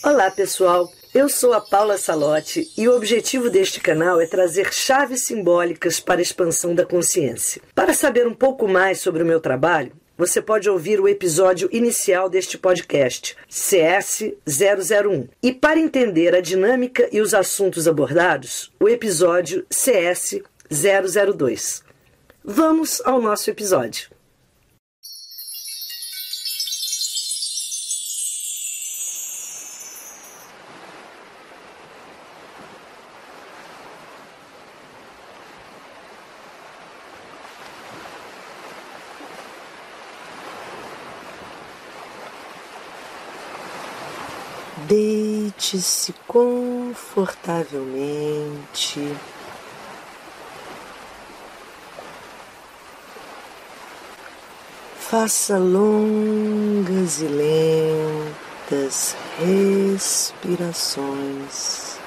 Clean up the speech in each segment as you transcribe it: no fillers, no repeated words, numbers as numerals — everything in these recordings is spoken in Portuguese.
Olá pessoal, eu sou a Paula Salotti e o objetivo deste canal é trazer chaves simbólicas para a expansão da consciência. Para saber um pouco mais sobre o meu trabalho, você pode ouvir o episódio inicial deste podcast, CS001. E para entender a dinâmica e os assuntos abordados, o episódio CS002. Vamos ao nosso episódio. Deite-se confortavelmente. Faça longas e lentas respirações.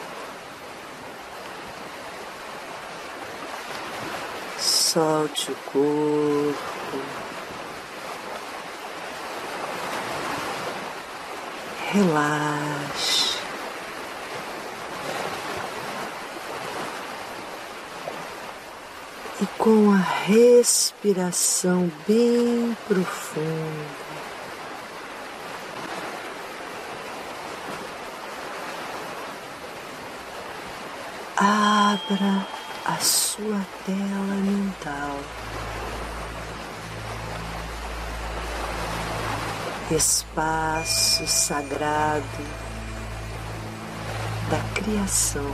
Solte o corpo. Relaxe. E com a respiração bem profunda, abra a sua tela mental. Espaço sagrado da criação,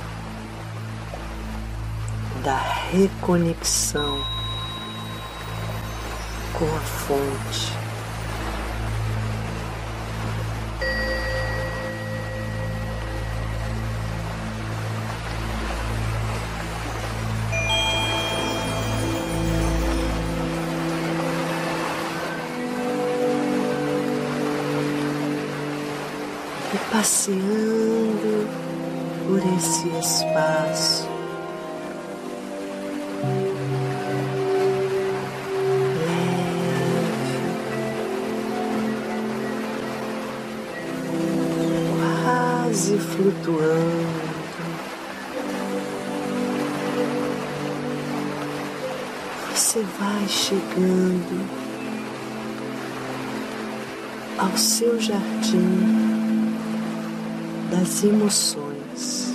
da reconexão com a fonte. E passeando por esse espaço, leve, quase flutuando, você vai chegando ao seu jardim das emoções.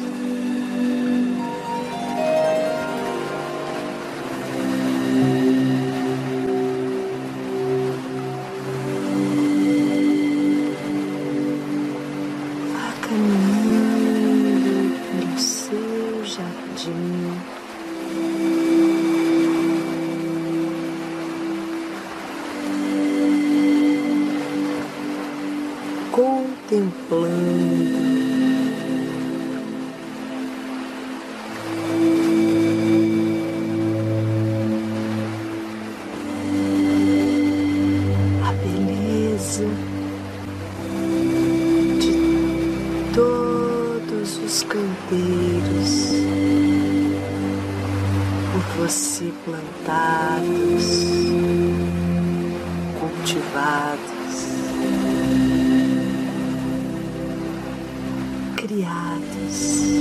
Vá caminhando pelo seu jardim, contemplando de todos os canteiros por você plantados, cultivados, criados.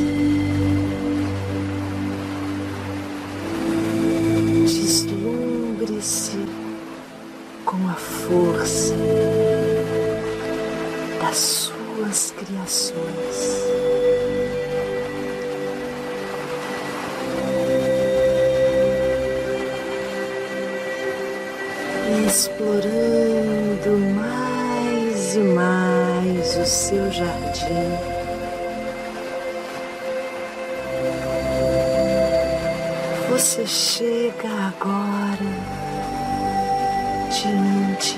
Deslumbre-se com a força das suas criações. E explorando mais e mais o seu jardim, você chega agora diante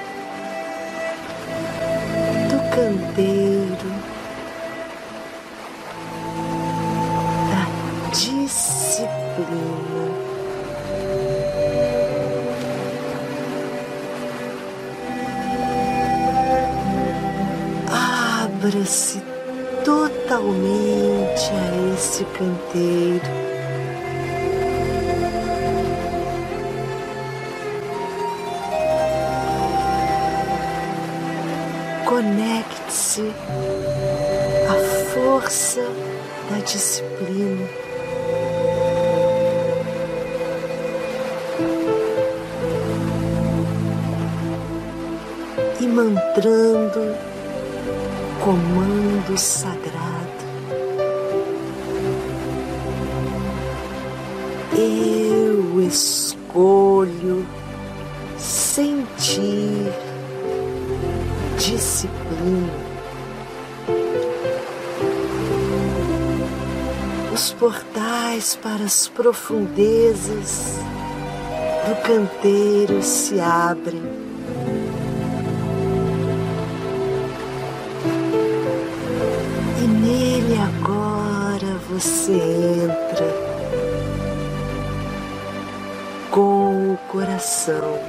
do canteiro da disciplina. Abra-se totalmente a esse canteiro. Conecte-se à força da disciplina. E mantrando comando sagrado. Eu escolho sentir disciplina. Os portais para as profundezas do canteiro se abrem. E nele agora você entra com o coração.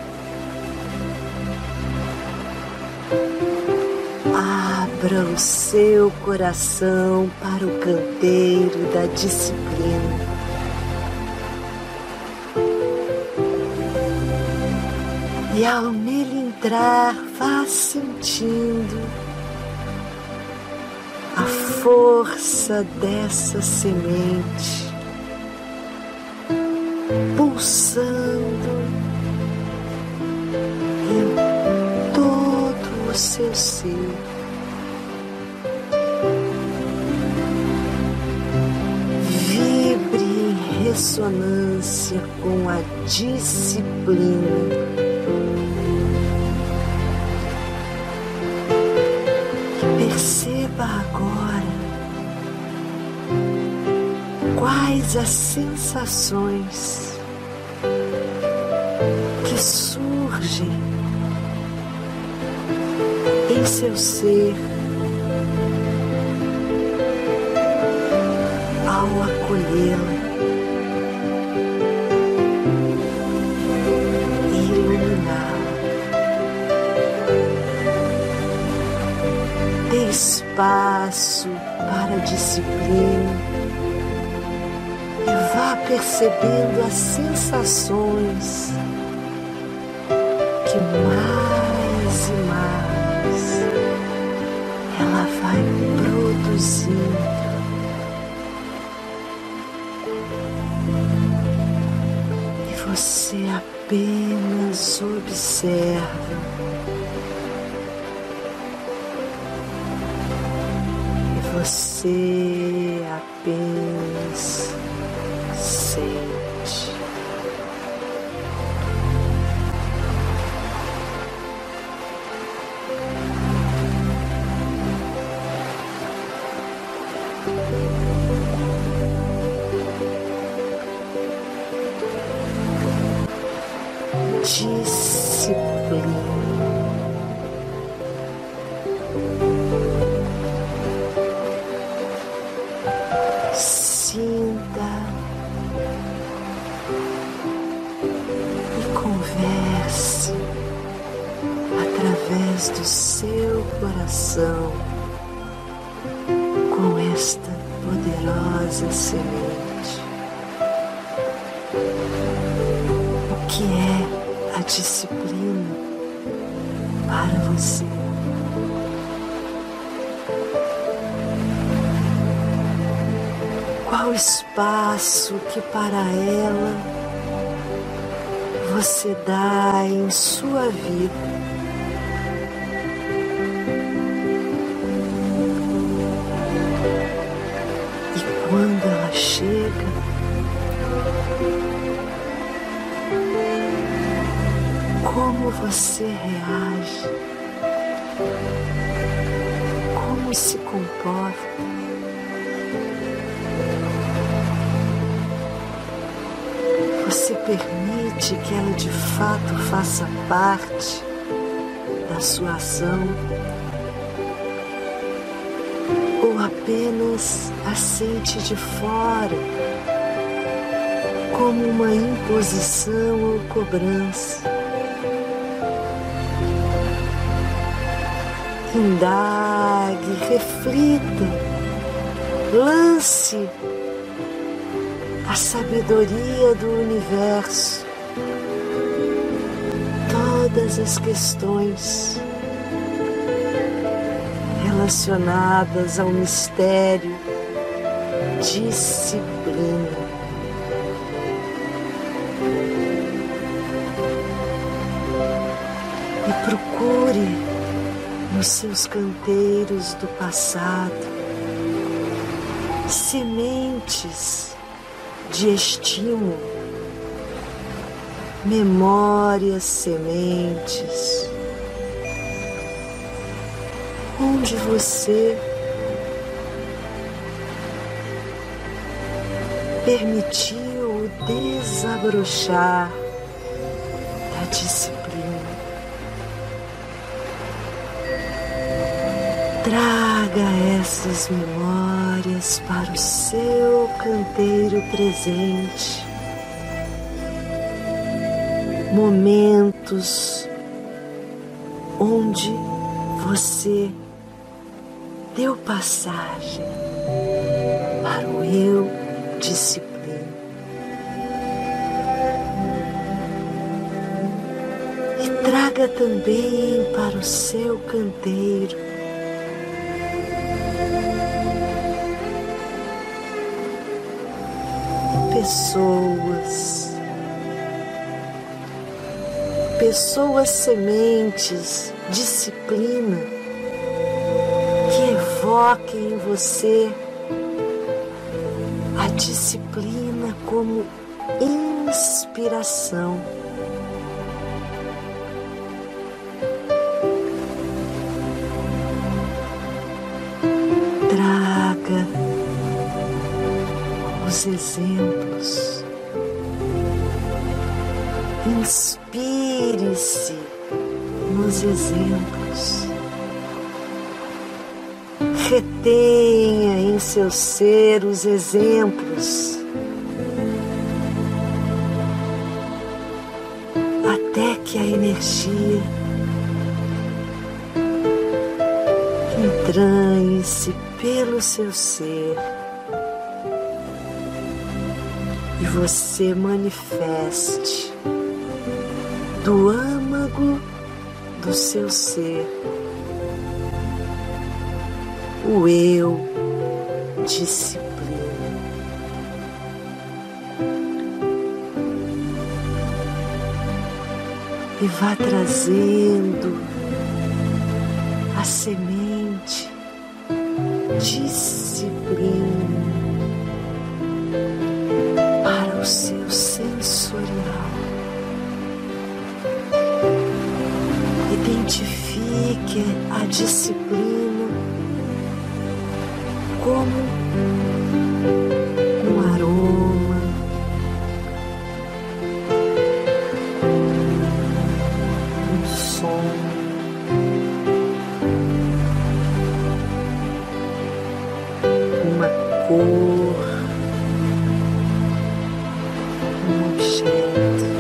Abra o seu coração para o canteiro da disciplina. E ao nele entrar, vá sentindo a força dessa semente pulsando em todo o seu ser. Vibre em ressonância com a disciplina. E perceba agora quais as sensações que surgem em seu ser ao acolhê-la e iluminá-la. Dê espaço para a disciplina. E vá percebendo as sensações que mais e mais ela vai produzindo. E você apenas observa. E você apenas sente. Disciplina. Sinta e converse através do seu coração com esta poderosa semente. O que é a disciplina para você? Qual o espaço que para ela você dá em sua vida? E quando ela chega, como você reage? Como se comporta? Você permite que ela de fato faça parte da sua ação? Ou apenas a sente de fora, como uma imposição ou cobrança? Indague, reflita, lance a sabedoria do universo, todas as questões relacionadas ao mistério disciplina. E procure nos seus canteiros do passado sementes de estímulo, memórias sementes, onde você permitiu o desabrochar da disciplina. Traga essas memórias para o seu canteiro presente. Momentos onde você deu passagem para o eu disciplina. E traga também para o seu canteiro pessoas sementes, disciplina, que evoquem em você a disciplina como inspiração. Traga os exemplos. Inspire-se nos exemplos. Retenha em seu ser os exemplos, até que a energia entranhe-se pelo seu ser e você manifeste do âmago do seu ser o eu disciplina. E vá trazendo a semente disciplina para o seu sensorial. Identifique a disciplina como um aroma, um som, uma cor, um objeto.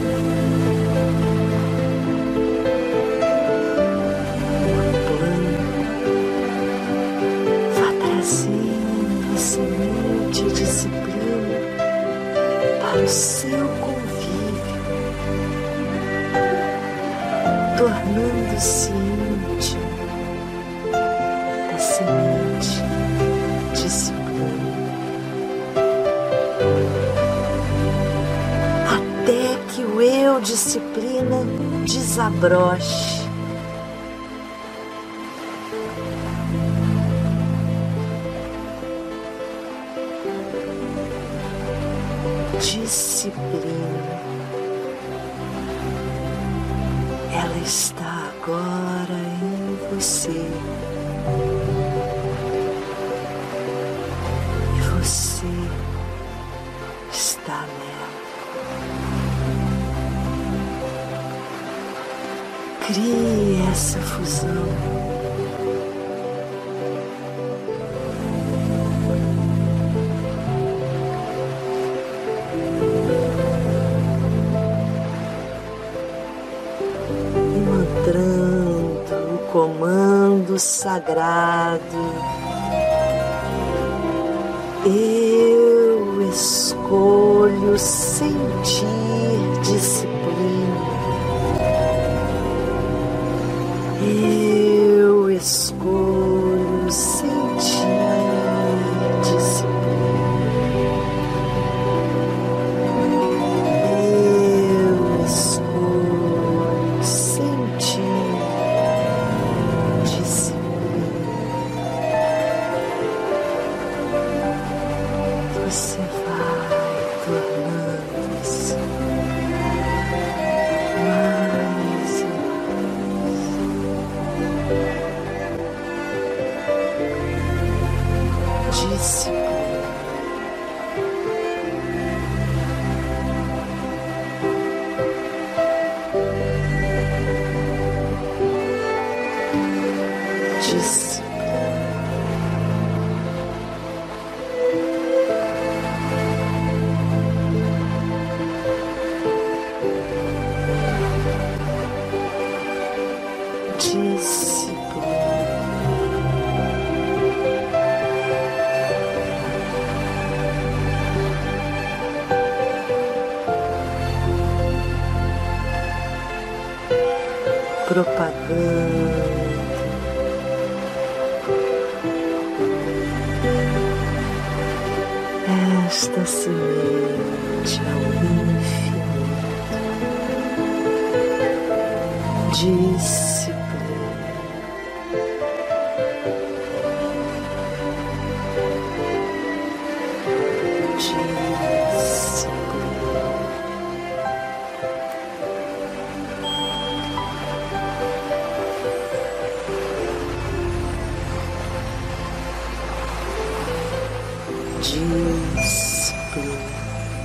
Disciplina para o seu convívio, tornando-se íntimo da semente disciplina, até que o eu disciplina desabroche. Disciplina, ela está agora em você e você está nela. Crie essa fusão. O comando sagrado, eu escolho sentir disciplina, eu escolho propagando esta semente ao infinito. Disciplina. Disciplina.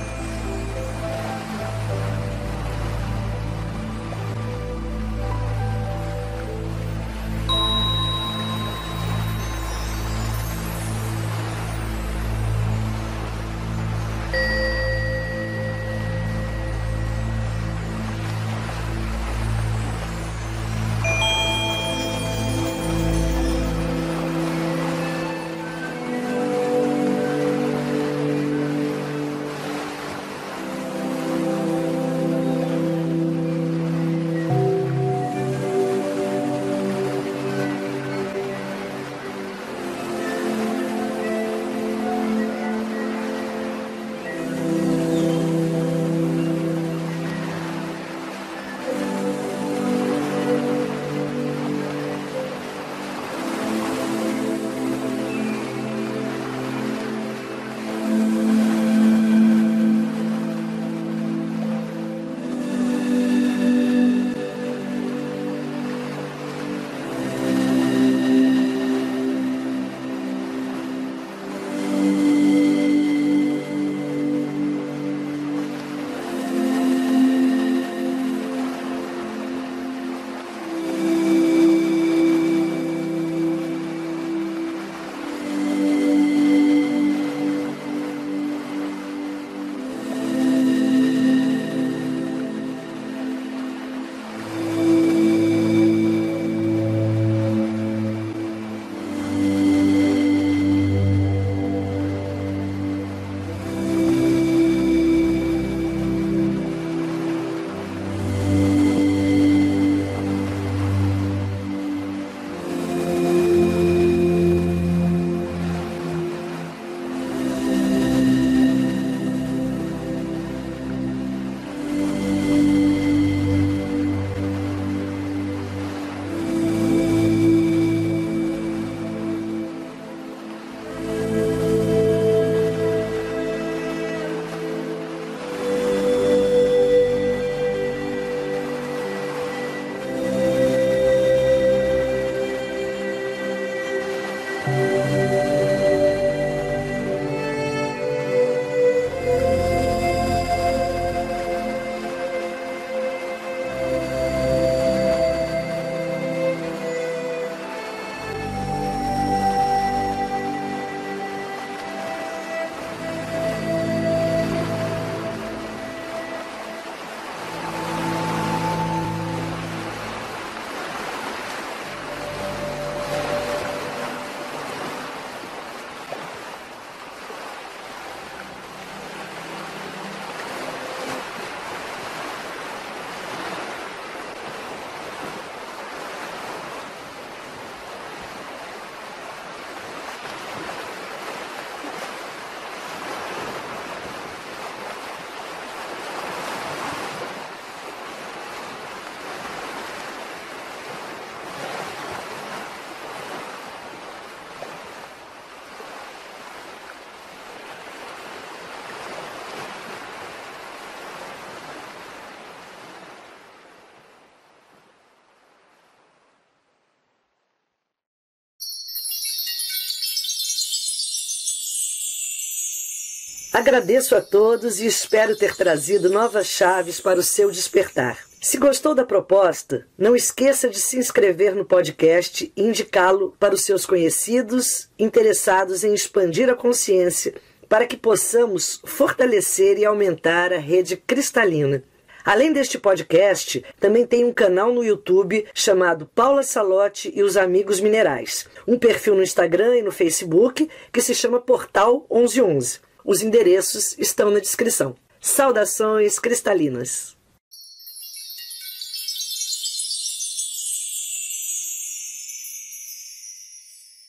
Agradeço a todos e espero ter trazido novas chaves para o seu despertar. Se gostou da proposta, não esqueça de se inscrever no podcast e indicá-lo para os seus conhecidos interessados em expandir a consciência, para que possamos fortalecer e aumentar a rede cristalina. Além deste podcast, também tem um canal no YouTube chamado Paula Salotti e os Amigos Minerais, um perfil no Instagram e no Facebook que se chama Portal 1111. Os endereços estão na descrição. Saudações cristalinas!